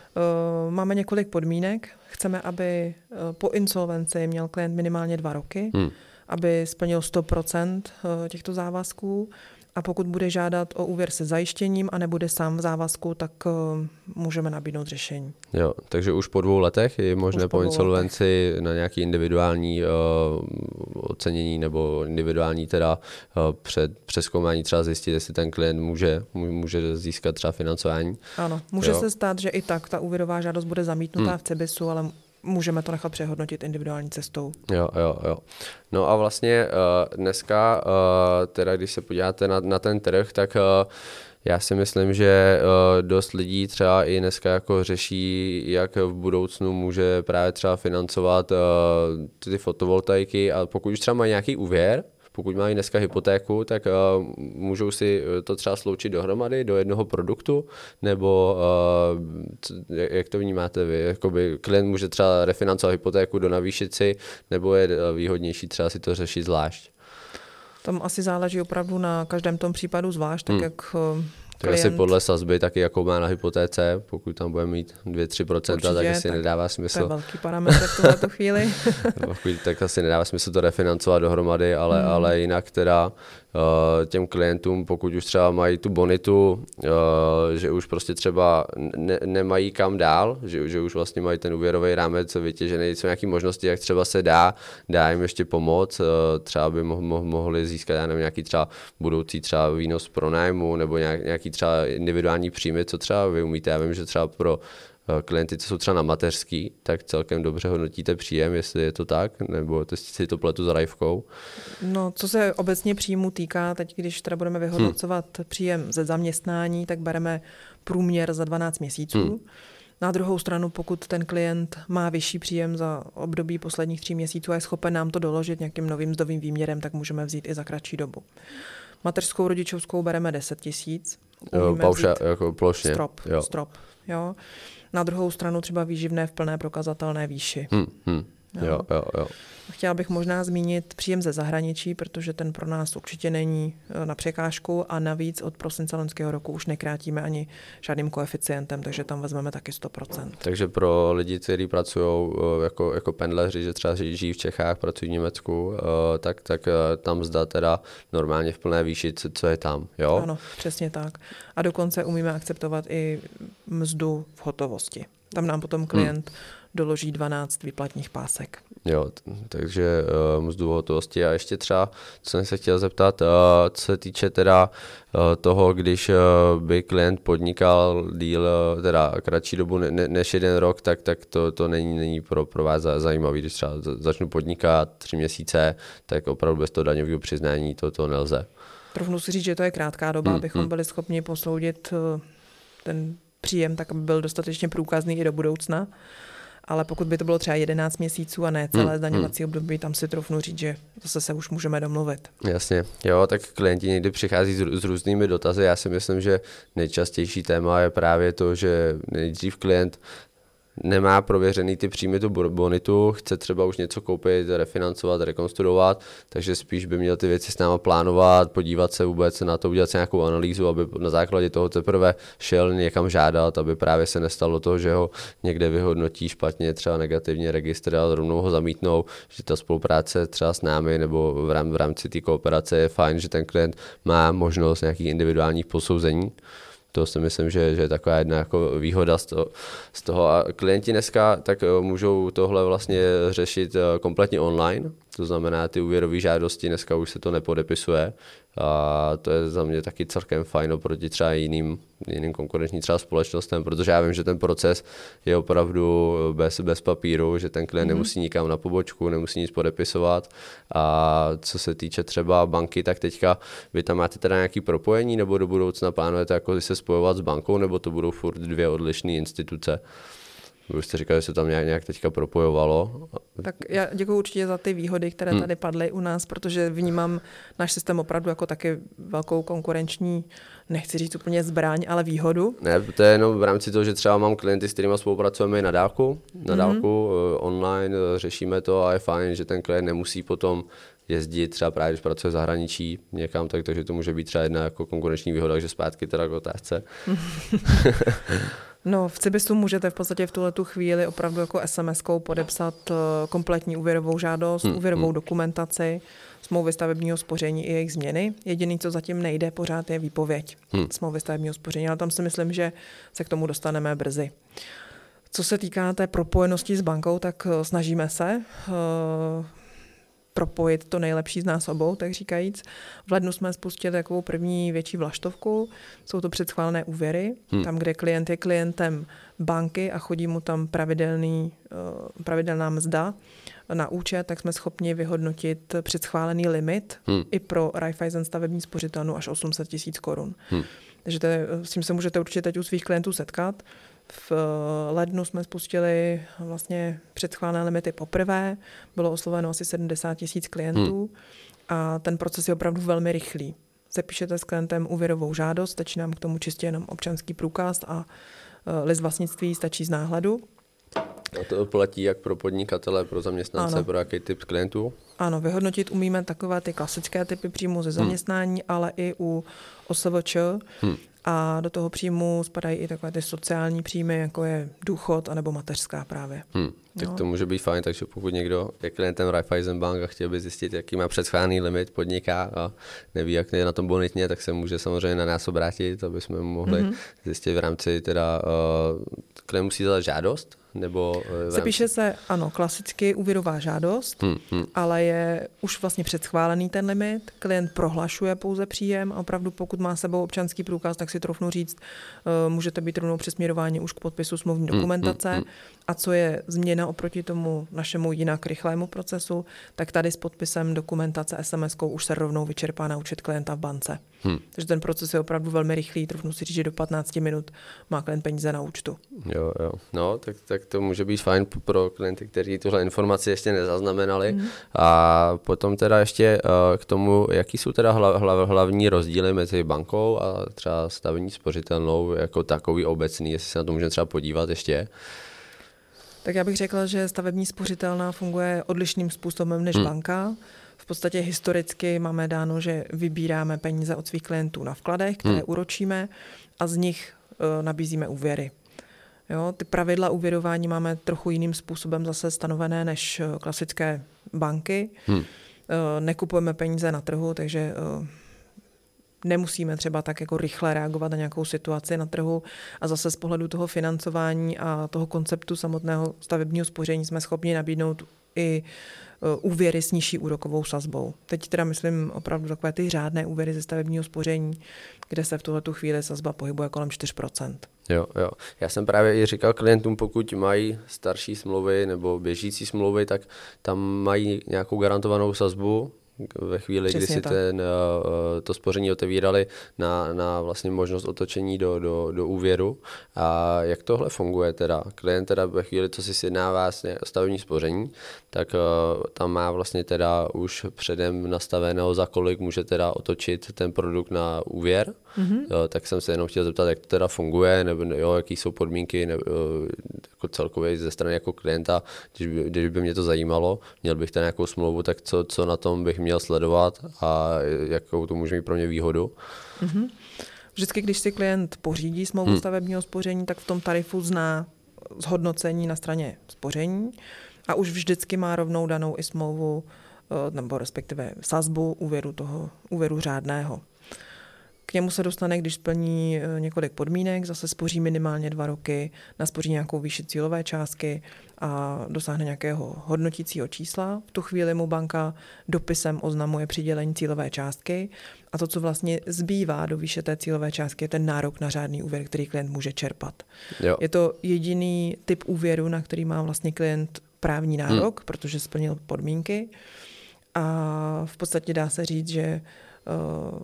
Máme několik podmínek. Chceme, aby po insolvenci měl klient minimálně dva roky, hmm. aby splnil sto procent těchto závazků. A pokud bude žádat o úvěr se zajištěním a nebude sám v závazku, tak můžeme nabídnout řešení. Jo, takže už po dvou letech je možné po, po insolvenci letech. Na nějaký individuální uh, ocenění nebo individuální teda uh, před přezkoumání třeba zjistit, jestli ten klient může, může získat třeba financování. Ano, může jo. se stát, že i tak ta úvěrová žádost bude zamítnutá hmm. v C E B I S u, ale můžeme to nechat přehodnotit individuální cestou. Jo, jo, jo. No a vlastně uh, dneska, uh, teda když se podíváte na, na ten trh, tak uh, já si myslím, že uh, dost lidí třeba i dneska jako řeší, jak v budoucnu může právě třeba financovat uh, ty fotovoltaiky, a pokud už třeba mají nějaký úvěr, pokud mají dneska hypotéku, tak uh, můžou si to třeba sloučit dohromady do jednoho produktu, nebo uh, jak to vnímáte vy? Jakoby klient může třeba refinancovat hypotéku, donavýšit si, nebo je výhodnější třeba si to řešit zvlášť? Tam asi záleží opravdu na každém tom případu zvlášť, tak hmm. jak tak asi podle sazby taky, jakou má na hypotéce, pokud tam bude mít dvě až tři procenta, tak asi tak nedává smysl. To je velký parametr v tuhle chvíli. Tak asi nedává smysl to refinancovat dohromady, ale, hmm. ale jinak teda uh, těm klientům, pokud už třeba mají tu bonitu, uh, že už prostě třeba ne, nemají kam dál, že, že už vlastně mají ten úvěrový rámec vytěžený, jsou nějaké možnosti, jak třeba se dá, dá jim ještě pomoct, uh, třeba by mo- mo- mohli získat, já nevím, nějaký třeba budoucí třeba výnos pro nájmu, nebo nějak, nějaký třeba individuální příjmy, co třeba vy umíte. Já vím, že třeba pro klienty, co jsou třeba na mateřský, tak celkem dobře hodnotíte příjem, jestli je to tak, nebo si to pletu s Rajvkou. No, co se obecně příjmu týká, teď když teda budeme vyhodnocovat hmm. příjem ze zaměstnání, tak bereme průměr za dvanáct měsíců. Hmm. Na druhou stranu, pokud ten klient má vyšší příjem za období posledních tří měsíců a je schopen nám to doložit nějakým novým mzdovým výměrem, tak můžeme vzít i za kratší dobu. Mateřskou rodičovskou bereme deset tisíc. Pauša, jako plošně. Strop, jo. strop, jo. Na druhou stranu třeba výživné v plné prokazatelné výši. Hmm, hmm. Jo, jo, jo. Chtěla bych možná zmínit příjem ze zahraničí, protože ten pro nás určitě není na překážku a navíc od prosince loňského roku už nekrátíme ani žádným koeficientem, takže tam vezmeme taky sto procent. Takže pro lidi, kteří pracují jako, jako pendleři, že třeba žijí v Čechách, pracují v Německu, tak, tak tam zda teda normálně v plné výši, co je tam, jo? Ano, přesně tak. A dokonce umíme akceptovat i mzdu v hotovosti. Tam nám potom klient hmm. doloží dvanáct výplatních pásek. Jo, takže uh, mzdu hotovosti. A ještě třeba, co jsem se chtěl zeptat, uh, co se týče teda uh, toho, když uh, by klient podnikal díl, uh, teda kratší dobu ne, ne, než jeden rok, tak, tak to, to není, není pro, pro vás zajímavý. Když třeba začnu podnikat tři měsíce, tak opravdu bez toho daňového přiznání to, to nelze. Trochu si říct, že to je krátká doba, hmm, abychom hmm. byli schopni posoudit uh, ten příjem, tak aby byl dostatečně průkazný i do budoucna. Ale pokud by to bylo třeba jedenáct měsíců a ne celé hmm, zdaňovací hmm. období, tam si trofnu říct, že zase se už můžeme domluvit. Jasně, jo, tak klienti někdy přichází s, s různými dotazy. Já si myslím, že nejčastější téma je právě to, že nejdřív klient nemá prověřený ty příjmy, tu bonitu, chce třeba už něco koupit, refinancovat, rekonstruovat, takže spíš by měl ty věci s náma plánovat, podívat se vůbec na to, udělat si nějakou analýzu, aby na základě toho teprve šel někam žádat, aby právě se nestalo to, že ho někde vyhodnotí špatně, třeba negativně registr a rovnou ho zamítnou, že ta spolupráce třeba s námi nebo v, rám, v rámci té kooperace je fajn, že ten klient má možnost nějakých individuálních posouzení. To si myslím, že, že je taková jedna jako výhoda z toho, z toho. A klienti dneska tak můžou tohle vlastně řešit kompletně online, to znamená ty úvěrové žádosti, dneska už se to nepodepisuje a to je za mě taky celkem fajn oproti třeba jiným, jiným konkurenčním třeba společnostem, protože já vím, že ten proces je opravdu bez, bez papíru, že ten klient mm-hmm. nemusí nikam na pobočku, nemusí nic podepisovat a co se týče třeba banky, tak teďka vy tam máte teda nějaké propojení nebo do budoucna plánujete jako se spojovat s bankou, nebo to budou furt dvě odlišné instituce? Vy jste říkali, že se tam nějak, nějak teďka propojovalo. Tak já děkuji určitě za ty výhody, které hmm. tady padly u nás, protože vnímám náš systém opravdu jako taky velkou konkurenční, nechci říct úplně zbraň, ale výhodu. Ne, to je jenom v rámci toho, že třeba mám klienty, s kterými spolupracujeme na dálku, na dálku hmm. online, řešíme to a je fajn, že ten klient nemusí potom jezdit třeba právě, když pracuje v zahraničí někam, tak, takže to může být třeba jedna jako konkurenční výhoda, že zpátky teda k otázce. No, v Cibisu můžete v podstatě v tuhletu chvíli opravdu jako es em eskou podepsat kompletní úvěrovou žádost, hmm, úvěrovou hmm. dokumentaci, smlouvy stavebního spoření i jejich změny. Jediný, co zatím nejde pořád, je výpověď hmm. smlouvy stavebního spoření, ale tam si myslím, že se k tomu dostaneme brzy. Co se týká té propojenosti s bankou, tak snažíme se. propojit to nejlepší z nás obou, tak říkajíc. V lednu jsme spustili takovou první větší vlaštovku. Jsou to předschválené úvěry, hmm. tam, kde klient je klientem banky a chodí mu tam pravidelný, pravidelná mzda na účet, tak jsme schopni vyhodnotit předschválený limit hmm. i pro Raiffeisen stavební spořitelnu až osm set tisíc korun. Hmm. Takže to je, s tím se můžete určitě teď u svých klientů setkat. V lednu jsme spustili vlastně předschválené limity poprvé, bylo osloveno asi sedmdesát tisíc klientů hmm. a ten proces je opravdu velmi rychlý. Zapíšete s klientem úvěrovou žádost, stačí nám k tomu čistě jenom občanský průkaz a list vlastnictví stačí z náhledu. A to platí jak pro podnikatele, pro zaměstnance, ano. pro jaký typ klientů? Ano, vyhodnotit umíme takové ty klasické typy příjmu ze zaměstnání, hmm. ale i u O S V Č. Hmm. A do toho příjmu spadají i takové ty sociální příjmy, jako je důchod anebo mateřská právě. Hmm, tak no. to může být fajn, takže pokud někdo je klientem Raiffeisen Bank a chtěl by zjistit, jaký má předschválený limit, podniká a neví, jak je na tom bonitně, tak se může samozřejmě na nás obrátit, aby jsme mohli mm-hmm. zjistit v rámci teda, uh, klient musí zadat žádost? Nebo se píše se, ano, klasicky úvěrová žádost, hmm, hmm. ale je už vlastně předschválený ten limit. Klient prohlašuje pouze příjem a opravdu pokud má sebou občanský průkaz, tak si trofnu říct, uh, můžete být rovnou přesměrováni už k podpisu smluvní dokumentace. Hmm, hmm, hmm. A co je změna oproti tomu našemu jinak rychlému procesu, tak tady s podpisem dokumentace es em eskou už se rovnou vyčerpá na účet klienta v bance. Hmm. Takže ten proces je opravdu velmi rychlý, trofnu si říct, že do patnáct minut má klient peníze na účtu. Jo, jo. No, tak, tak to může být fajn pro klienty, kteří tuhle informaci ještě nezaznamenali. Hmm. A potom teda ještě uh, k tomu, jaký jsou teda hla, hla, hlavní rozdíly mezi bankou a třeba stavební spořitelnou jako takový obecný, jestli se na to můžeme třeba podívat ještě. Tak já bych řekla, že stavební spořitelna funguje odlišným způsobem než hmm. banka. V podstatě historicky máme dáno, že vybíráme peníze od svých klientů na vkladech, které hmm. úročíme a z nich uh, nabízíme úvěry. Jo, ty pravidla úvěrování máme trochu jiným způsobem zase stanovené než klasické banky. Hmm. Uh, nekupujeme peníze na trhu, takže uh, nemusíme třeba tak jako rychle reagovat na nějakou situaci na trhu a zase z pohledu toho financování a toho konceptu samotného stavebního spoření jsme schopni nabídnout i úvěry s nižší úrokovou sazbou. Teď teda myslím opravdu takové ty řádné úvěry ze stavebního spoření, kde se v tuhletu chvíli sazba pohybuje kolem čtyři procenta. Jo, jo. Já jsem právě i říkal klientům, pokud mají starší smlouvy nebo běžící smlouvy, tak tam mají nějakou garantovanou sazbu ve chvíli, přesně kdy si ten, to spoření otevírali na, na vlastně možnost otočení do, do, do úvěru. A jak tohle funguje teda? Klient teda ve chvíli, co si sjednává stavební spoření, tak uh, tam má vlastně teda už předem nastaveného, za kolik může teda otočit ten produkt na úvěr. Mm-hmm. Jo, tak jsem se jenom chtěl zeptat, jak to teda funguje, nebo jo, jaký jsou podmínky nebo, jako celkově ze strany jako klienta, když by, když by mě to zajímalo, měl bych ten nějakou smlouvu, tak co, co na tom bych měl sledovat a jakou to může mít pro mě výhodu. Mm-hmm. Vždycky, když si klient pořídí smlouvu hmm. stavebního spoření, tak v tom tarifu zná zhodnocení na straně spoření a už vždycky má rovnou danou i smlouvu, nebo respektive sazbu úvěru toho úvěru řádného. K němu se dostane, když splní několik podmínek, zase spoří minimálně dva roky, naspoří nějakou výši cílové částky a dosáhne nějakého hodnotícího čísla. V tu chvíli mu banka dopisem oznamuje přidělení cílové částky a to, co vlastně zbývá do výše té cílové částky, je ten nárok na řádný úvěr, který klient může čerpat. Jo. Je to jediný typ úvěru, na který má vlastně klient právní nárok, hmm. protože splnil podmínky a v podstatě dá se říct, že uh,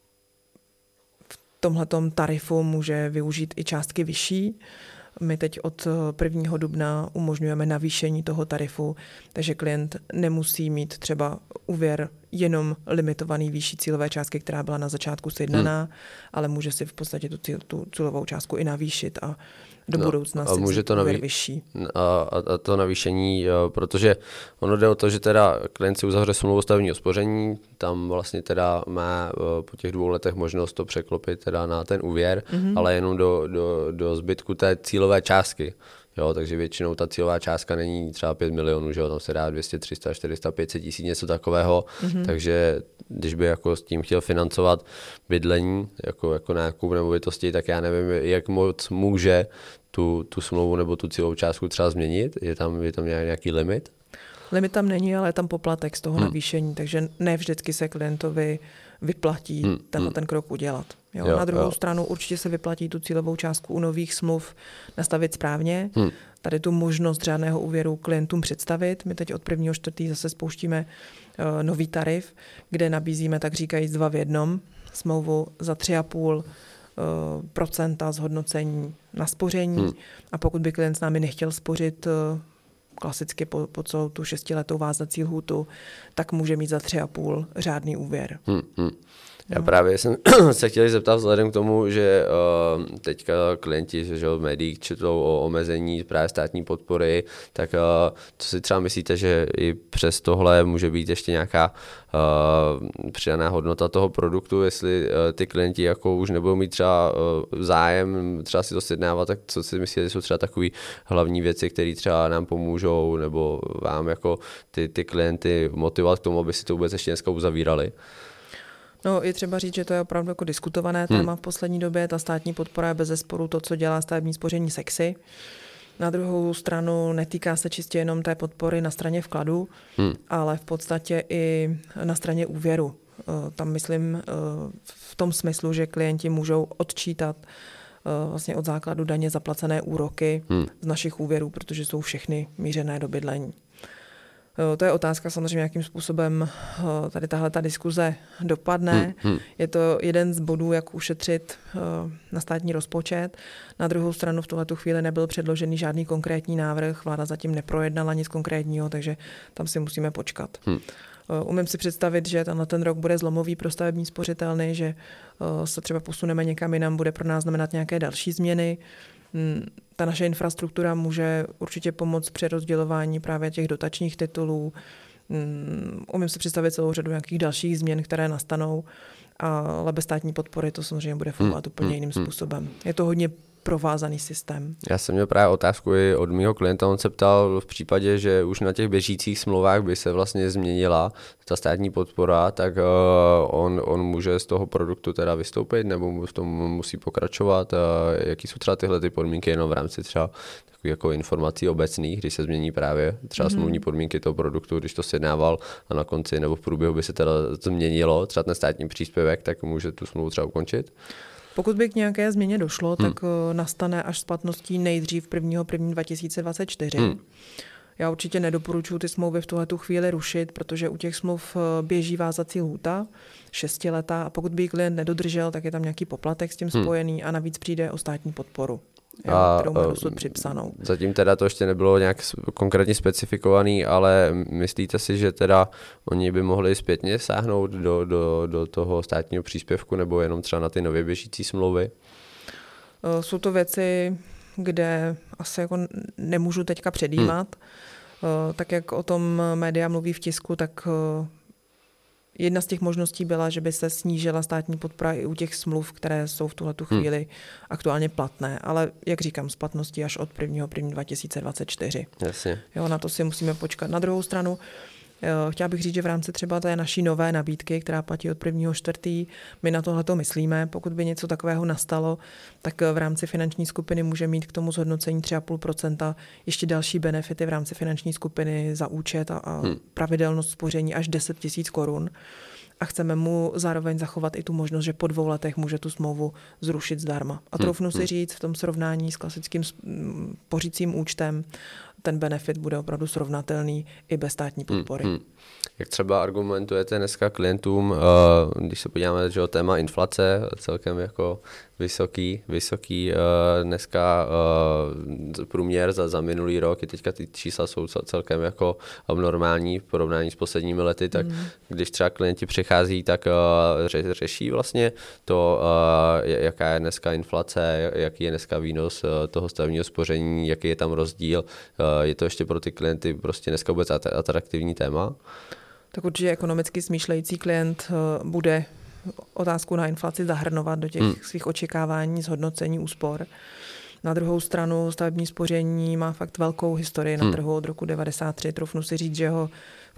tomhletom tarifu může využít i částky vyšší. My teď od prvního dubna umožňujeme navýšení toho tarifu, takže klient nemusí mít třeba úvěr jenom limitovaný výší cílové částky, která byla na začátku sjednaná, hmm. ale může si v podstatě tu, cíl, tu cílovou částku i navýšit a do no, budoucna si může to naví- vyšší. A, a to navýšení, protože ono jde o to, že teda klient si uzavře smlouvu stavebního spoření, tam vlastně teda má po těch dvou letech možnost to překlopit teda na ten úvěr, mm-hmm. ale jenom do, do, do zbytku té cílové částky. Jo, takže většinou ta cílová částka není třeba pět milionů, že jo, tam se dá dvě stě, tři sta, čtyři sta, pět set tisíc, něco takového, mm-hmm. takže když by jako s tím chtěl financovat bydlení, jako, jako nákup nemovitosti, tak já nevím, jak moc může tu, tu smlouvu nebo tu cílovou částku třeba změnit, je tam, je tam nějaký limit? Limit tam není, ale je tam poplatek z toho hmm. navýšení, takže ne vždycky se klientovi vyplatí hmm. tenhle ten krok udělat. Jo? Jo, Na druhou jo. stranu určitě se vyplatí tu cílovou částku u nových smluv nastavit správně. Hmm. Tady tu možnost řádného úvěru klientům představit. My teď od prvního čtvrtý zase spouštíme uh, nový tarif, kde nabízíme, tak říkajíc, dva v jednom. Smlouvu za tři a půl procenta zhodnocení na spoření hmm. a pokud by klient s námi nechtěl spořit klasicky po, po celou tu šestiletou vázací lhůtu, tak může mít za tři a půl řádný úvěr. Hmm, hmm. Já no. právě jsem se chtěl zeptat vzhledem k tomu, že uh, teďka klienti že v médiích čtou o omezení právě státní podpory, tak uh, co si třeba myslíte, že i přes tohle může být ještě nějaká uh, přidaná hodnota toho produktu, jestli uh, ty klienti jako už nebudou mít třeba uh, zájem třeba si to sjednávat, tak co si myslíte, že jsou třeba takové hlavní věci, které třeba nám pomůžou nebo vám jako ty, ty klienty motivovat k tomu, aby si to vůbec ještě dneska uzavírali? No, je třeba říct, že to je opravdu jako diskutované téma hmm. v poslední době. Ta státní podpora je bezesporu to, co dělá stavební spoření sexy. Na druhou stranu netýká se čistě jenom té podpory na straně vkladu, hmm. ale v podstatě i na straně úvěru. Tam myslím v tom smyslu, že klienti můžou odčítat vlastně od základu daně zaplacené úroky hmm. z našich úvěrů, protože jsou všechny mířené do bydlení. To je otázka samozřejmě, jakým způsobem tady tahle ta diskuze dopadne. Hmm, hmm. Je to jeden z bodů, jak ušetřit na státní rozpočet. Na druhou stranu v tuhletu chvíli nebyl předložený žádný konkrétní návrh, vláda zatím neprojednala nic konkrétního, takže tam si musíme počkat. Hmm. Umím si představit, že tenhle ten rok bude zlomový pro stavební spořitelny, že se třeba posuneme někam jinam, bude pro nás znamenat nějaké další změny. Ta naše infrastruktura může určitě pomoct při rozdělování právě těch dotačních titulů. Umím si představit celou řadu nějakých dalších změn, které nastanou, ale bez státní podpory to samozřejmě bude fungovat hmm. úplně jiným způsobem. Je to hodně provázaný systém. Já jsem měl právě otázku i od mého klienta, on se ptal v případě, že už na těch běžících smlouvách by se vlastně změnila ta státní podpora, tak uh, on, on může z toho produktu teda vystoupit nebo v tom musí pokračovat. Uh, jaký jsou třeba tyhle ty podmínky jenom v rámci třeba takových jako informací obecných, když se změní právě třeba mm-hmm. smluvní podmínky toho produktu, když to sjednával a na konci nebo v průběhu by se teda změnilo třeba ten státní příspěvek, tak může tu smlouvu třeba ukončit? Pokud by k nějaké změně došlo, hmm. tak nastane až s platností nejdřív prvního prvního dva tisíce dvacet čtyři. Hmm. Já určitě nedoporučuji ty smlouvy v tuhletu chvíli rušit, protože u těch smluv běží vázací lhůta, šestiletá, a pokud by ji klient nedodržel, tak je tam nějaký poplatek s tím spojený a navíc přijde o státní podporu, jo, a, kterou má dosud připsanou. Zatím teda to ještě nebylo nějak konkrétně specifikovaný, ale myslíte si, že teda oni by mohli zpětně sáhnout do, do, do toho státního příspěvku nebo jenom třeba na ty nově běžící smlouvy? Jsou to věci, kde asi jako nemůžu teďka předjímat. Hmm. Tak jak o tom média mluví v tisku, tak jedna z těch možností byla, že by se snížila státní podpora i u těch smluv, které jsou v tuhletu chvíli hmm. aktuálně platné, ale jak říkám, s platností až od prvního prvního dva tisíce dvacet čtyři. Jasně. Jo, na to si musíme počkat. Na druhou stranu, chtěla bych říct, že v rámci třeba té naší nové nabídky, která platí od prvního čtvrtý, my na tohleto myslíme. Pokud by něco takového nastalo, tak v rámci finanční skupiny může mít k tomu zhodnocení tři a půl procenta ještě další benefity v rámci finanční skupiny za účet a, a hmm. pravidelnost spoření až deset tisíc korun. A chceme mu zároveň zachovat i tu možnost, že po dvou letech může tu smlouvu zrušit zdarma. A troufnu hmm. si říct, v tom srovnání s klasickým pořícím účtem ten benefit bude opravdu srovnatelný i bez státní podpory. Hmm, hmm. Jak třeba argumentujete dneska klientům, když se podíváme, že o téma inflace, celkem jako vysoký, vysoký dneska průměr za, za minulý rok, i teďka ty čísla jsou celkem jako normální v porovnání s posledními lety, tak hmm. když třeba klienti přichází, tak ře, řeší vlastně to, jaká je dneska inflace, jaký je dneska výnos toho stavebního spoření, jaký je tam rozdíl. Je to ještě pro ty klienty prostě dneska vůbec atraktivní téma? Tak určitě ekonomicky smýšlející klient bude otázku na inflaci zahrnovat do těch hmm. svých očekávání, zhodnocení úspor. Na druhou stranu stavební spoření má fakt velkou historii na trhu od roku devadesát tři. Trofnu si říct, že ho v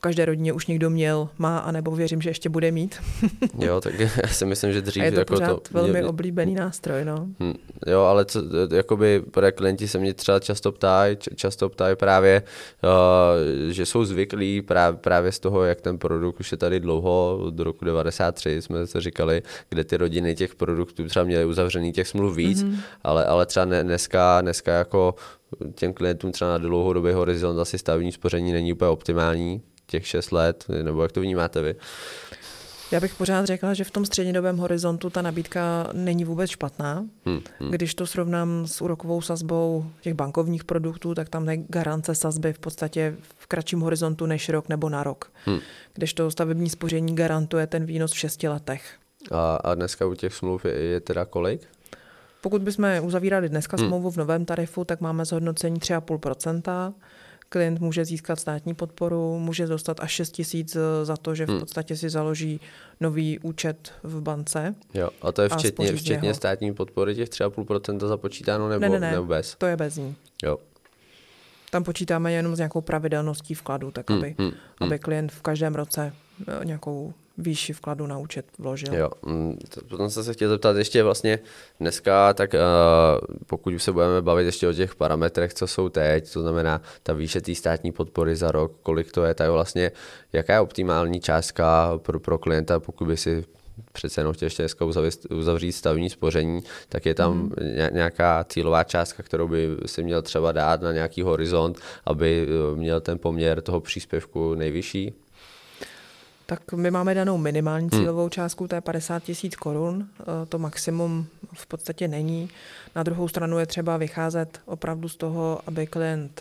každé rodině už někdo měl, má, anebo věřím, že ještě bude mít. Jo, tak já si myslím, že dřív... A je to jako pořád to velmi mě, oblíbený nástroj, no. Hm, jo, ale co, jakoby pro klienti se mě třeba často ptají, často ptají právě, uh, že jsou zvyklí právě, právě z toho, jak ten produkt už je tady dlouho, od roku devadesát tři jsme se říkali, kde ty rodiny těch produktů třeba měly uzavřený těch smluv víc, mm-hmm. ale, ale třeba ne, dneska, dneska jako těm klientům třeba na dlouhodobý horizont asi stavební spoření není úplně optimální, těch šest let, nebo jak to vnímáte vy? Já bych pořád řekla, že v tom střednědobém horizontu ta nabídka není vůbec špatná. Hmm, hmm. Když to srovnám s úrokovou sazbou těch bankovních produktů, tak tam je garance sazby v podstatě v kratším horizontu než rok nebo na rok. Hmm. Kdežto stavební spoření garantuje ten výnos v šesti letech. A, a dneska u těch smluv je, je teda kolik? Pokud bychom uzavírali dneska hmm. smlouvu v novém tarifu, tak máme zhodnocení tři celá pět procenta. Klient může získat státní podporu, může dostat až šest tisíc za to, že v podstatě si založí nový účet v bance. Jo, a to je včetně, včetně státní podpory těch tři celá pět procenta započítáno nebo, ne, ne, ne, nebo bez? To je bez ní. Jo. Tam počítáme jenom s nějakou pravidelností vkladu, tak hmm, aby, hmm, aby klient v každém roce nějakou výši vkladu na účet vložil. Jo, potom jsem se chtěl zeptat ještě vlastně dneska, tak uh, pokud se budeme bavit ještě o těch parametrech, co jsou teď, to znamená ta výše té státní podpory za rok, kolik to je, tak vlastně jaká je optimální částka pro, pro klienta, pokud by si přece jenom chtěl ještě dneska uzavřít, uzavřít stavební spoření, tak je tam hmm. nějaká cílová částka, kterou by si měl třeba dát na nějaký horizont, aby měl ten poměr toho příspěvku nejvyšší? Tak my máme danou minimální cílovou částku, to je padesát tisíc korun, to maximum v podstatě není. Na druhou stranu je třeba vycházet opravdu z toho, aby klient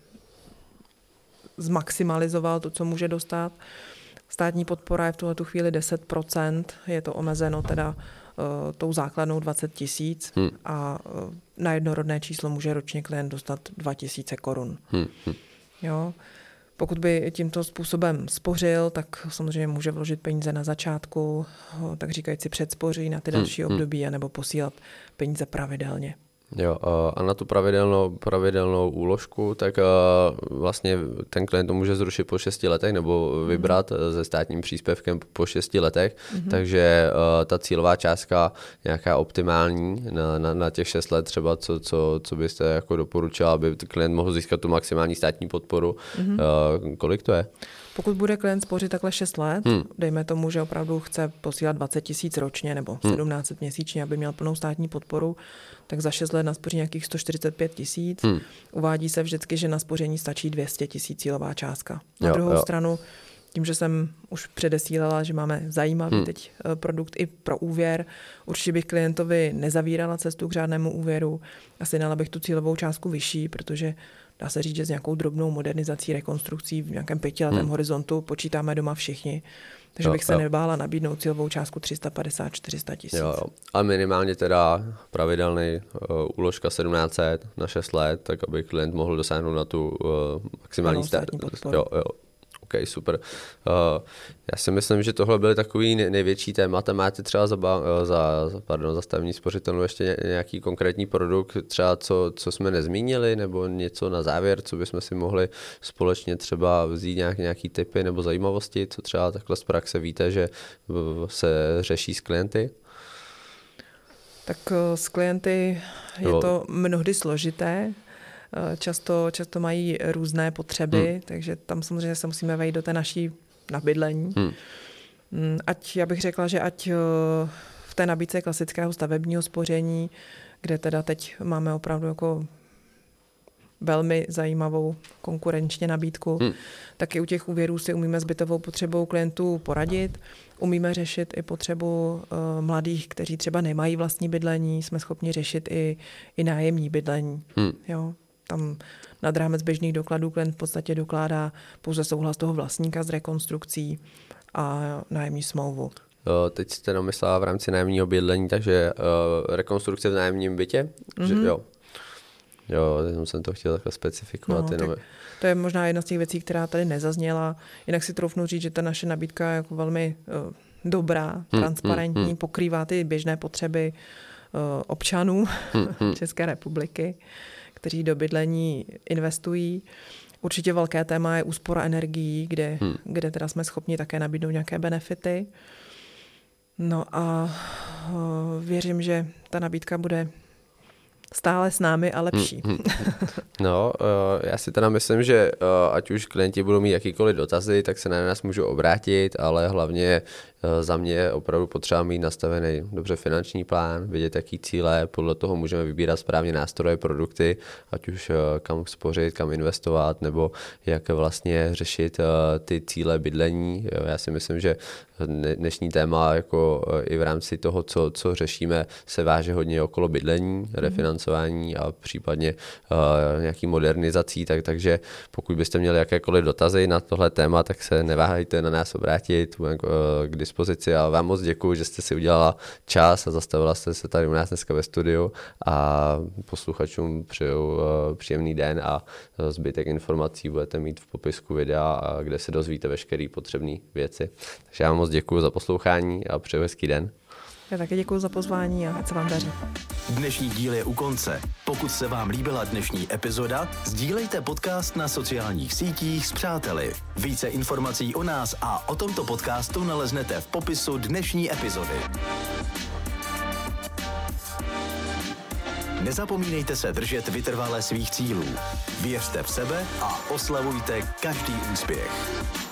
zmaximalizoval to, co může dostat. Státní podpora je v tuhletu chvíli deset procent, je to omezeno teda uh, tou základnou dvacet tisíc hmm. a uh, na jednorodné číslo může ročně klient dostat dva tisíce korun. Hmm. Jo. Pokud by tímto způsobem spořil, tak samozřejmě může vložit peníze na začátku, tak říkajíc si předspoří na ty další hmm, období, anebo posílat peníze pravidelně. Jo, a na tu pravidelnou, pravidelnou úložku, tak vlastně ten klient to může zrušit po šesti letech nebo vybrat mm. se státním příspěvkem po šesti letech, mm. takže ta cílová částka nějaká optimální na, na, na těch šest let třeba, co, co, co byste jako doporučil, aby klient mohl získat tu maximální státní podporu, mm. kolik to je? Pokud bude klient spořit takhle šest let, hmm. dejme tomu, že opravdu chce posílat dvacet tisíc ročně nebo hmm. sedmnáct set měsíčně, aby měl plnou státní podporu, tak za šest let naspoří nějakých sto čtyřicet pět tisíc. Hmm. Uvádí se vždycky, že na spoření stačí dvě stě tisíc cílová částka. Na jo, druhou jo. stranu, tím, že jsem už předesílala, že máme zajímavý hmm. teď produkt i pro úvěr, určitě bych klientovi nezavírala cestu k řádnému úvěru, asi dala bych tu cílovou částku vyšší, protože dá se říct, že s nějakou drobnou modernizací, rekonstrukcí v nějakém pětiletém hmm. horizontu počítáme doma všichni. Takže jo, bych se jo. nebála nabídnout cílovou částku tři sta padesát až čtyři sta tisíc. Jo, jo. A minimálně teda pravidelný uh, úložka sedmnáct set na šest let, tak aby klient mohl dosáhnout na tu uh, maximální státní podporu. Jo, jo. OK, super. Uh, já si myslím, že tohle byly takový největší témata. Máte třeba za, za, pardon, za stavební spořitelnu ještě nějaký konkrétní produkt, třeba co, co jsme nezmínili, nebo něco na závěr, co bychom si mohli společně třeba vzít nějak, nějaký tipy nebo zajímavosti, co třeba takhle z praxe víte, že se řeší s klienty? Tak s klienty je jo. to mnohdy složité. Často, často mají různé potřeby, hmm. takže tam samozřejmě se musíme vejít do té naší nabydlení. Hmm. Ať, já bych řekla, že ať v té nabídce klasického stavebního spoření, kde teda teď máme opravdu jako velmi zajímavou konkurenčně nabídku, hmm. tak i u těch úvěrů si umíme s bytovou potřebou klientů poradit. Umíme řešit i potřebu uh, mladých, kteří třeba nemají vlastní bydlení, jsme schopni řešit i, i nájemní bydlení. Hmm. Jo. Tam nad rámec běžných dokladů klient v podstatě dokládá pouze souhlas toho vlastníka s rekonstrukcí a nájemní smlouvu. Teď jste namyslela v rámci nájemního bydlení, takže uh, rekonstrukce v nájemním bytě? Mm-hmm. Že, jo. Jo, jsem to chtěl takhle specifikovat. No, tak to je možná jedna z těch věcí, která tady nezazněla. Jinak si troufnu říct, že ta naše nabídka je jako velmi uh, dobrá, hmm, transparentní, hmm, pokrývá ty běžné potřeby uh, občanů hmm, hmm. České republiky, kteří do bydlení investují. určitě velké téma je úspora energií, kde, hmm. kde teda jsme schopni také nabídnout nějaké benefity. No a uh, věřím, že ta nabídka bude stále s námi a lepší. Hmm, hmm. No, uh, já si teda myslím, že uh, ať už klienti budou mít jakýkoliv dotazy, tak se na nás můžou obrátit, ale hlavně uh, za mě je opravdu potřeba mít nastavený dobře finanční plán, vědět, jaký cíle, podle toho můžeme vybírat správně nástroje, produkty, ať už uh, kam spořit, kam investovat, nebo jak vlastně řešit uh, ty cíle bydlení. Já si myslím, že dnešní téma jako uh, i v rámci toho, co, co řešíme, se váže hodně okolo bydlení, refinancování a případně uh, nějaký modernizací, tak, takže pokud byste měli jakékoliv dotazy na tohle téma, tak se neváhejte na nás obrátit, budeme uh, k dispozici a vám moc děkuju, že jste si udělala čas a zastavila jste se tady u nás dneska ve studiu a posluchačům přeju uh, příjemný den a zbytek informací budete mít v popisku videa, kde se dozvíte veškeré potřebné věci. Takže já vám moc děkuju za poslouchání a přeju hezký den. Já také děkuji za pozvání a ať se vám daří. Dnešní díl je u konce. Pokud se vám líbila dnešní epizoda, sdílejte podcast na sociálních sítích s přáteli. Více informací o nás a o tomto podcastu naleznete v popisu dnešní epizody. Nezapomínejte se držet vytrvale svých cílů. Věřte v sebe a oslavujte každý úspěch.